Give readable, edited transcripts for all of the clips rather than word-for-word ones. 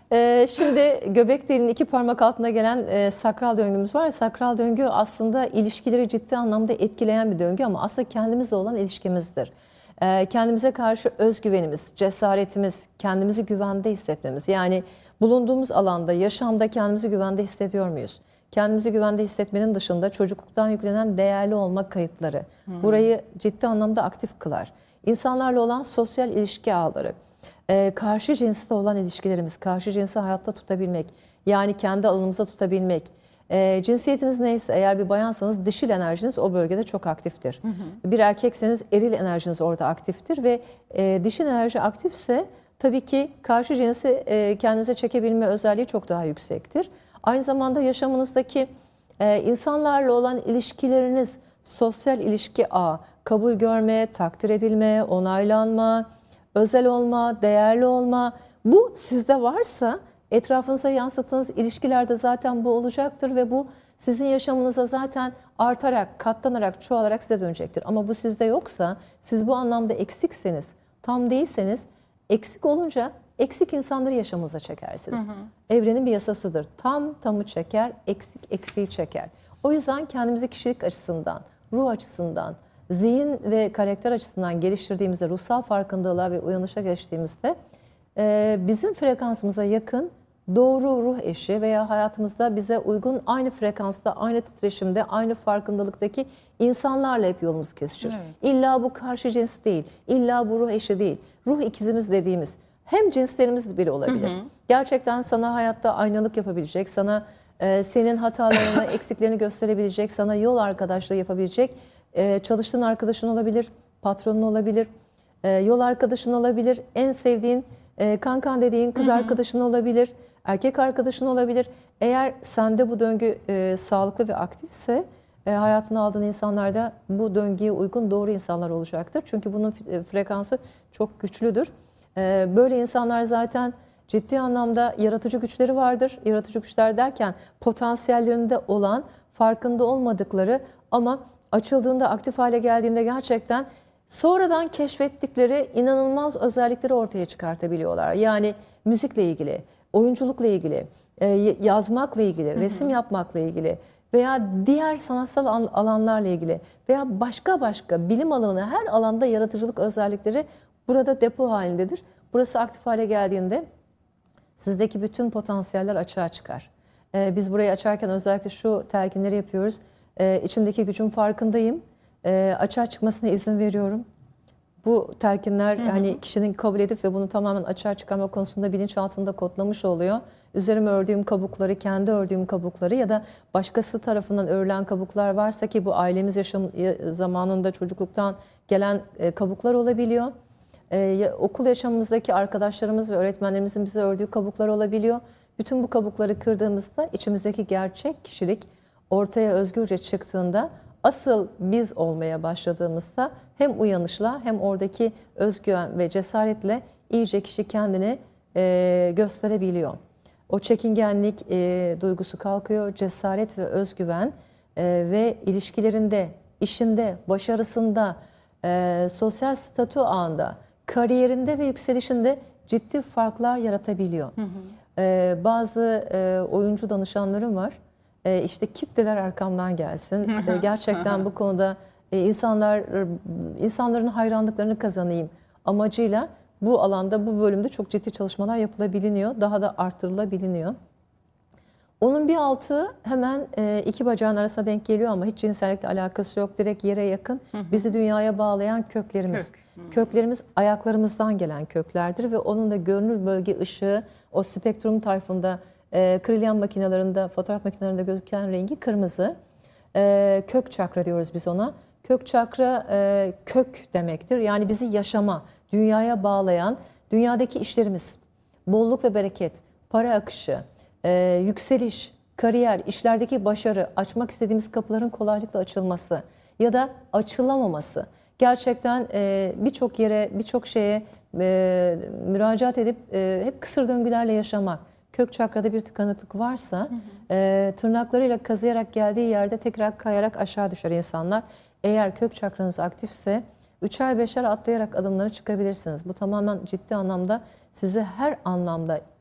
Şimdi göbek deliğinin iki parmak altına gelen sakral döngümüz var. Sakral döngü aslında ilişkileri ciddi anlamda etkileyen bir döngü ama aslında kendimizle olan ilişkimizdir. Kendimize karşı özgüvenimiz, cesaretimiz, kendimizi güvende hissetmemiz. Yani bulunduğumuz alanda, yaşamda kendimizi güvende hissediyor muyuz? Kendimizi güvende hissetmenin dışında çocukluktan yüklenen değerli olma kayıtları. Burayı ciddi anlamda aktif kılar. İnsanlarla olan sosyal ilişki ağları. Karşı cinsle olan ilişkilerimiz, karşı cinsi hayatta tutabilmek, yani kendi alanımızda tutabilmek. Cinsiyetiniz neyse, eğer bir bayansanız dişil enerjiniz o bölgede çok aktiftir. Bir erkekseniz eril enerjiniz orada aktiftir ve dişil enerji aktifse tabii ki karşı cinsi kendinize çekebilme özelliği çok daha yüksektir. Aynı zamanda yaşamınızdaki insanlarla olan ilişkileriniz, sosyal ilişki ağı, kabul görme, takdir edilme, onaylanma, özel olma, değerli olma, bu sizde varsa etrafınıza yansıttığınız ilişkilerde zaten bu olacaktır ve bu sizin yaşamınıza zaten artarak, katlanarak, çoğalarak size dönecektir. Ama bu sizde yoksa, siz bu anlamda eksikseniz, tam değilseniz, eksik olunca eksik insanları yaşamınıza çekersiniz. Evrenin bir yasasıdır. Tamı çeker, eksik eksiği çeker. O yüzden kendimizi kişilik açısından, ruh açısından, zihin ve karakter açısından geliştirdiğimizde, ruhsal farkındalığa ve uyanışa geçtiğimizde bizim frekansımıza yakın doğru ruh eşi veya hayatımızda bize uygun aynı frekansta, aynı titreşimde, aynı farkındalıktaki insanlarla hep yolumuz kesişir. Evet. İlla bu karşı cins değil, illa bu ruh eşi değil. Ruh ikizimiz dediğimiz hem cinslerimiz bile olabilir. Gerçekten sana hayatta aynalık yapabilecek, sana senin hatalarını, eksiklerini gösterebilecek, sana yol arkadaşlığı yapabilecek, çalıştığın arkadaşın olabilir, patronun olabilir, yol arkadaşın olabilir, en sevdiğin kankan dediğin kız arkadaşın olabilir, erkek arkadaşın olabilir. Eğer sende bu döngü sağlıklı ve aktifse hayatına aldığın insanlar da bu döngüye uygun doğru insanlar olacaktır. Çünkü bunun frekansı çok güçlüdür. Böyle insanlar zaten ciddi anlamda yaratıcı güçleri vardır. Yaratıcı güçler derken potansiyellerinde olan, farkında olmadıkları ama açıldığında, aktif hale geldiğinde gerçekten sonradan keşfettikleri inanılmaz özellikleri ortaya çıkartabiliyorlar. Yani müzikle ilgili, oyunculukla ilgili, yazmakla ilgili, resim yapmakla ilgili veya diğer sanatsal alanlarla ilgili veya başka bilim alanı, her alanda yaratıcılık özellikleri burada depo halindedir. Burası aktif hale geldiğinde sizdeki bütün potansiyeller açığa çıkar. Biz burayı açarken özellikle şu telkinleri yapıyoruz. İçimdeki gücün farkındayım. Açığa çıkmasına izin veriyorum. Bu telkinler hani kişinin kabul edip ve bunu tamamen açığa çıkarma konusunda bilinçaltında kodlamış oluyor. Üzerime ördüğüm kabukları, kendi ördüğüm kabukları ya da başkası tarafından örülen kabuklar varsa ki bu ailemiz zamanında çocukluktan gelen kabuklar olabiliyor. Okul yaşamımızdaki arkadaşlarımız ve öğretmenlerimizin bize ördüğü kabuklar olabiliyor. Bütün bu kabukları kırdığımızda içimizdeki gerçek kişilik ortaya özgürce çıktığında, asıl biz olmaya başladığımızda hem uyanışla hem oradaki özgüven ve cesaretle iyice kişi kendini gösterebiliyor. O çekingenlik duygusu kalkıyor, cesaret ve özgüven ve ilişkilerinde, işinde, başarısında, sosyal statü ağında, kariyerinde ve yükselişinde ciddi farklar yaratabiliyor. Bazı oyuncu danışanlarım var. İşte kitleler arkamdan gelsin. Gerçekten bu konuda insanların hayranlıklarını kazanayım amacıyla bu alanda, bu bölümde çok ciddi çalışmalar yapılabiliyor. Daha da arttırılabiliyor. Onun bir altı hemen iki bacağın arasına denk geliyor ama hiç cinsellikle alakası yok. Direkt yere yakın. Bizi dünyaya bağlayan köklerimiz. Köklerimiz ayaklarımızdan gelen köklerdir ve onun da görünür bölge ışığı, o spektrum tayfında krilyan makinelerinde, fotoğraf makinelerinde gözüken rengi kırmızı. Kök çakra diyoruz biz ona. Kök çakra kök demektir. Yani bizi yaşama, dünyaya bağlayan, dünyadaki işlerimiz, bolluk ve bereket, para akışı, yükseliş, kariyer, işlerdeki başarı, açmak istediğimiz kapıların kolaylıkla açılması ya da açılamaması. Gerçekten birçok yere, birçok şeye müracaat edip hep kısır döngülerle yaşamak. Kök çakrada bir tıkanıklık varsa tırnaklarıyla kazıyarak geldiği yerde tekrar kayarak aşağı düşer insanlar. Eğer kök çakranız aktifse 3'er 5'er atlayarak adımları çıkabilirsiniz. Bu tamamen ciddi anlamda sizi her anlamda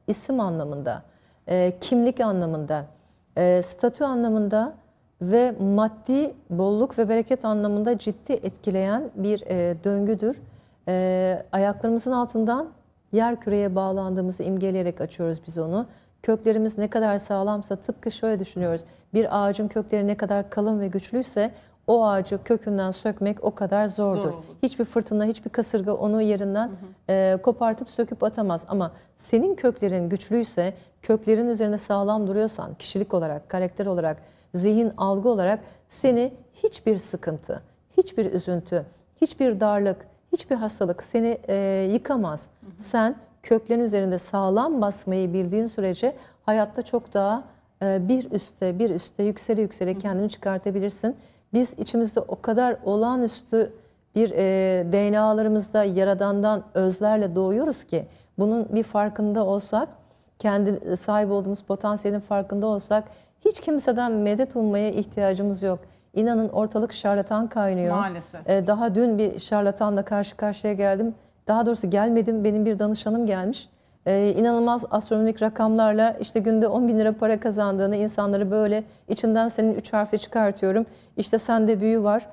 isim anlamında, kimlik anlamında, statü anlamında ve maddi bolluk ve bereket anlamında ciddi etkileyen bir döngüdür. Ayaklarımızın altından yer küreye bağlandığımızı imgeleyerek açıyoruz biz onu. Köklerimiz ne kadar sağlamsa, tıpkı şöyle düşünüyoruz. Bir ağacın kökleri ne kadar kalın ve güçlüyse o ağacı kökünden sökmek o kadar zordur. Hiçbir fırtına, hiçbir kasırga onu yerinden kopartıp söküp atamaz. Ama senin köklerin güçlüyse, köklerin üzerine sağlam duruyorsan, kişilik olarak, karakter olarak, zihin, algı olarak seni hiçbir sıkıntı, hiçbir üzüntü, hiçbir darlık, hiçbir hastalık seni yıkamaz. Sen köklerin üzerinde sağlam basmayı bildiğin sürece hayatta çok daha bir üste yüksele yüksele kendini çıkartabilirsin. Biz içimizde o kadar olağanüstü bir DNA'larımızda Yaradan'dan özlerle doğuyoruz ki bunun bir farkında olsak, kendi sahip olduğumuz potansiyelin farkında olsak hiç kimseden medet ummaya ihtiyacımız yok. İnanın ortalık şarlatan kaynıyor. Maalesef. Daha dün bir şarlatanla karşı karşıya geldim. Daha doğrusu gelmedim, benim bir danışanım gelmiş. İnanılmaz astronomik rakamlarla işte günde 10 bin lira para kazandığını, insanları böyle içinden senin 3 harfi çıkartıyorum. İşte sende büyü var.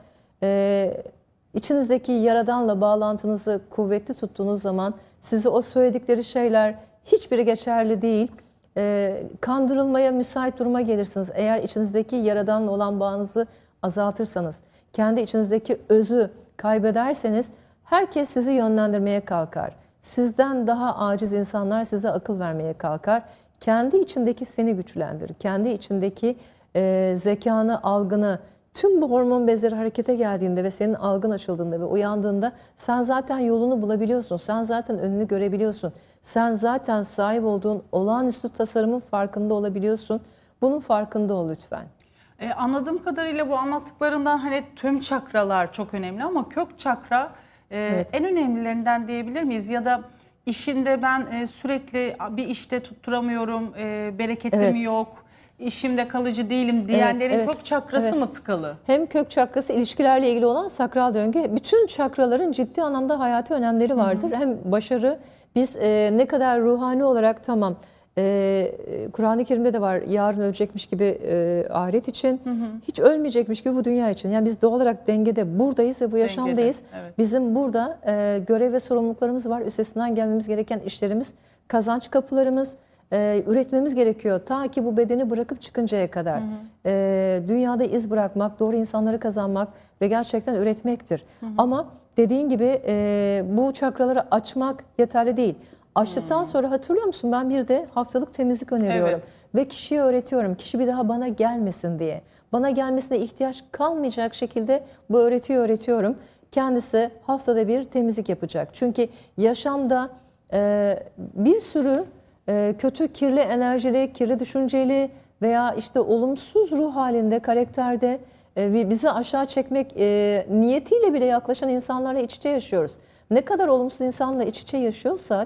İçinizdeki Yaradan'la bağlantınızı kuvvetli tuttuğunuz zaman size o söyledikleri şeyler hiçbiri geçerli değil. Kandırılmaya müsait duruma gelirsiniz. Eğer içinizdeki Yaradan'la olan bağınızı azaltırsanız, kendi içinizdeki özü kaybederseniz herkes sizi yönlendirmeye kalkar. Sizden daha aciz insanlar size akıl vermeye kalkar. Kendi içindeki seni güçlendirir. Kendi içindeki zekanı, algını, tüm bu hormon bezleri harekete geldiğinde ve senin algın açıldığında ve uyandığında sen zaten yolunu bulabiliyorsun. Sen zaten önünü görebiliyorsun. Sen zaten sahip olduğun olağanüstü tasarımın farkında olabiliyorsun. Bunun farkında ol lütfen. Anladığım kadarıyla bu anlattıklarından hani tüm çakralar çok önemli ama kök çakra Evet. en önemlilerinden diyebilir miyiz? Ya da işinde ben sürekli bir işte tutturamıyorum, bereketim Evet. yok, işimde kalıcı değilim diyenlerin evet, kök çakrası mı tıkalı? Hem kök çakrası ilişkilerle ilgili olan sakral döngü, bütün çakraların ciddi anlamda hayati önemleri vardır. Hem başarı, biz ne kadar ruhani olarak tamam, Kur'an-ı Kerim'de de var yarın ölecekmiş gibi ahiret için, hiç ölmeyecekmiş gibi bu dünya için. Yani biz doğal olarak dengede buradayız ve bu yaşamdayız. Evet. Bizim burada görev ve sorumluluklarımız var. Üstesinden gelmemiz gereken işlerimiz, kazanç kapılarımız, üretmemiz gerekiyor. Ta ki bu bedeni bırakıp çıkıncaya kadar. Dünyada iz bırakmak, doğru insanları kazanmak ve gerçekten üretmektir. Ama dediğin gibi bu çakraları açmak yeterli değil. Açtıktan sonra hatırlıyor musun, ben bir de haftalık temizlik öneriyorum. Evet. Ve kişiye öğretiyorum. Kişi bir daha bana gelmesin diye. Bana gelmesine ihtiyaç kalmayacak şekilde bu öğretiyi öğretiyorum. Kendisi haftada bir temizlik yapacak. Çünkü yaşamda bir sürü kötü, kirli enerjili, kirli düşünceli veya işte olumsuz ruh halinde, karakterde bizi aşağı çekmek niyetiyle bile yaklaşan insanlarla iç içe yaşıyoruz. Ne kadar olumsuz insanla iç içe yaşıyorsak,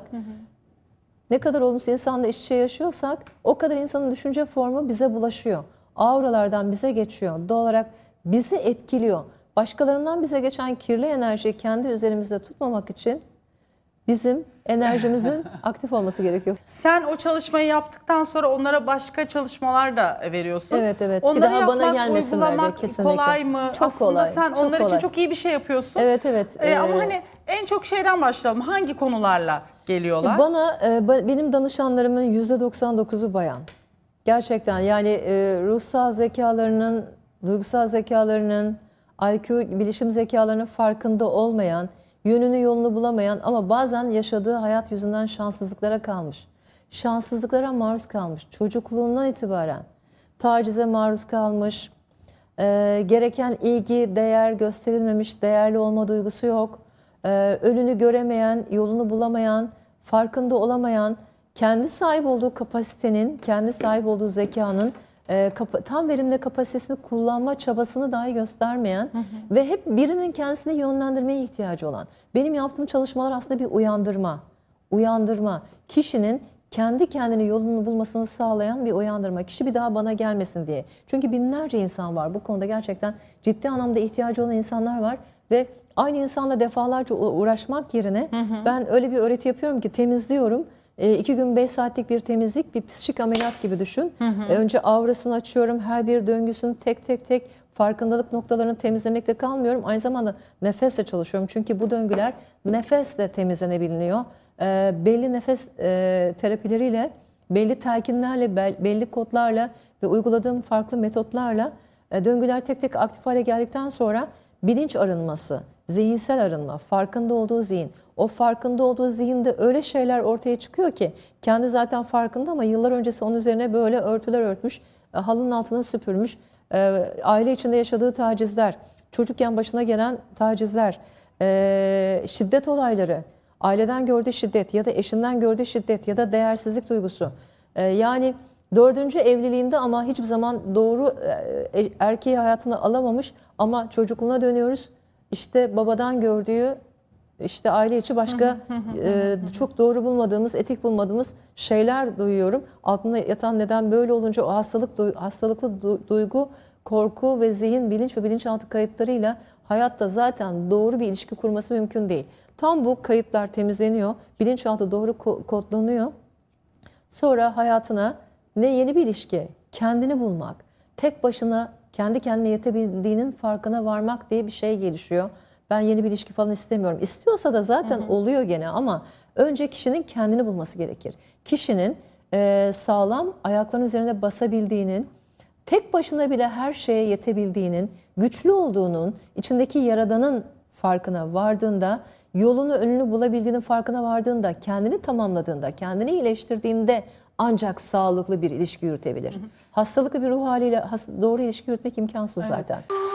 ne kadar olumsuz insanla iç içe yaşıyorsak o kadar insanın düşünce formu bize bulaşıyor. Auralardan bize geçiyor. Doğal olarak bizi etkiliyor. Başkalarından bize geçen kirli enerjiyi kendi üzerimizde tutmamak için bizim enerjimizin aktif olması gerekiyor. Sen o çalışmayı yaptıktan sonra onlara başka çalışmalar da veriyorsun. Evet. Onları Bir daha yapmak, bana gelmesinler diye, uygulamak kesinlikle. kolay mı? Çok Aslında kolay. sen çok onlar kolay. için çok iyi bir şey yapıyorsun. Evet. Ama hani en çok şeyden başlayalım. Hangi konularla geliyorlar? Benim danışanlarımın %99'u bayan. Gerçekten yani ruhsal zekalarının, duygusal zekalarının, IQ, bilişim zekalarının farkında olmayan, yönünü yolunu bulamayan ama bazen yaşadığı hayat yüzünden şanssızlıklara kalmış. Şanssızlıklara maruz kalmış. Çocukluğundan itibaren tacize maruz kalmış. Gereken ilgi, değer gösterilmemiş, değerli olma duygusu yok. Önünü göremeyen, yolunu bulamayan, farkında olamayan, kendi sahip olduğu kapasitenin, kendi sahip olduğu zekanın tam verimli kapasitesini kullanma çabasını dahi göstermeyen ve hep birinin kendisini yönlendirmeye ihtiyacı olan. Benim yaptığım çalışmalar aslında bir uyandırma. Uyandırma. Kişinin kendi kendini yolunu bulmasını sağlayan bir uyandırma. Kişi bir daha bana gelmesin diye. Çünkü binlerce insan var. Bu konuda gerçekten ciddi anlamda ihtiyacı olan insanlar var ve aynı insanla defalarca uğraşmak yerine ben öyle bir öğreti yapıyorum ki temizliyorum. 2 gün 5 saatlik bir temizlik, bir psikik ameliyat gibi düşün. Önce aurasını açıyorum, her bir döngüsünü tek farkındalık noktalarını temizlemekle kalmıyorum. Aynı zamanda nefesle çalışıyorum. Çünkü bu döngüler nefesle temizlenebiliyor. Belli nefes terapileriyle, belli telkinlerle, belli kodlarla ve uyguladığım farklı metotlarla döngüler tek aktif hale geldikten sonra bilinç arınması, zihinsel arınma, farkında olduğu zihin. O farkında olduğu zihinde öyle şeyler ortaya çıkıyor ki kendi zaten farkında ama yıllar öncesi onun üzerine böyle örtüler örtmüş, halının altına süpürmüş, aile içinde yaşadığı tacizler, çocukken başına gelen tacizler, şiddet olayları, aileden gördüğü şiddet ya da eşinden gördüğü şiddet ya da değersizlik duygusu. Yani 4. evliliğinde ama hiçbir zaman doğru erkeği hayatına alamamış ama çocukluğuna dönüyoruz. İşte babadan gördüğü, işte aile içi başka çok doğru bulmadığımız, etik bulmadığımız şeyler duyuyorum. Altında yatan neden böyle olunca o hastalıklı duygu, korku ve zihin, bilinç ve bilinçaltı kayıtlarıyla hayatta zaten doğru bir ilişki kurması mümkün değil. Tam bu kayıtlar temizleniyor, bilinçaltı doğru kodlanıyor. Sonra hayatına ne yeni bir ilişki, kendini bulmak, tek başına kendi kendine yetebildiğinin farkına varmak diye bir şey gelişiyor. Ben yeni bir ilişki falan istemiyorum. İstiyorsa da zaten oluyor gene ama önce kişinin kendini bulması gerekir. Kişinin sağlam ayaklarının üzerine basabildiğinin, tek başına bile her şeye yetebildiğinin, güçlü olduğunun, içindeki yaradanın farkına vardığında, yolunu önünü bulabildiğinin farkına vardığında, kendini tamamladığında, kendini iyileştirdiğinde ancak sağlıklı bir ilişki yürütebilir. Hastalıklı bir ruh haliyle doğru ilişki yürütmek imkansız zaten.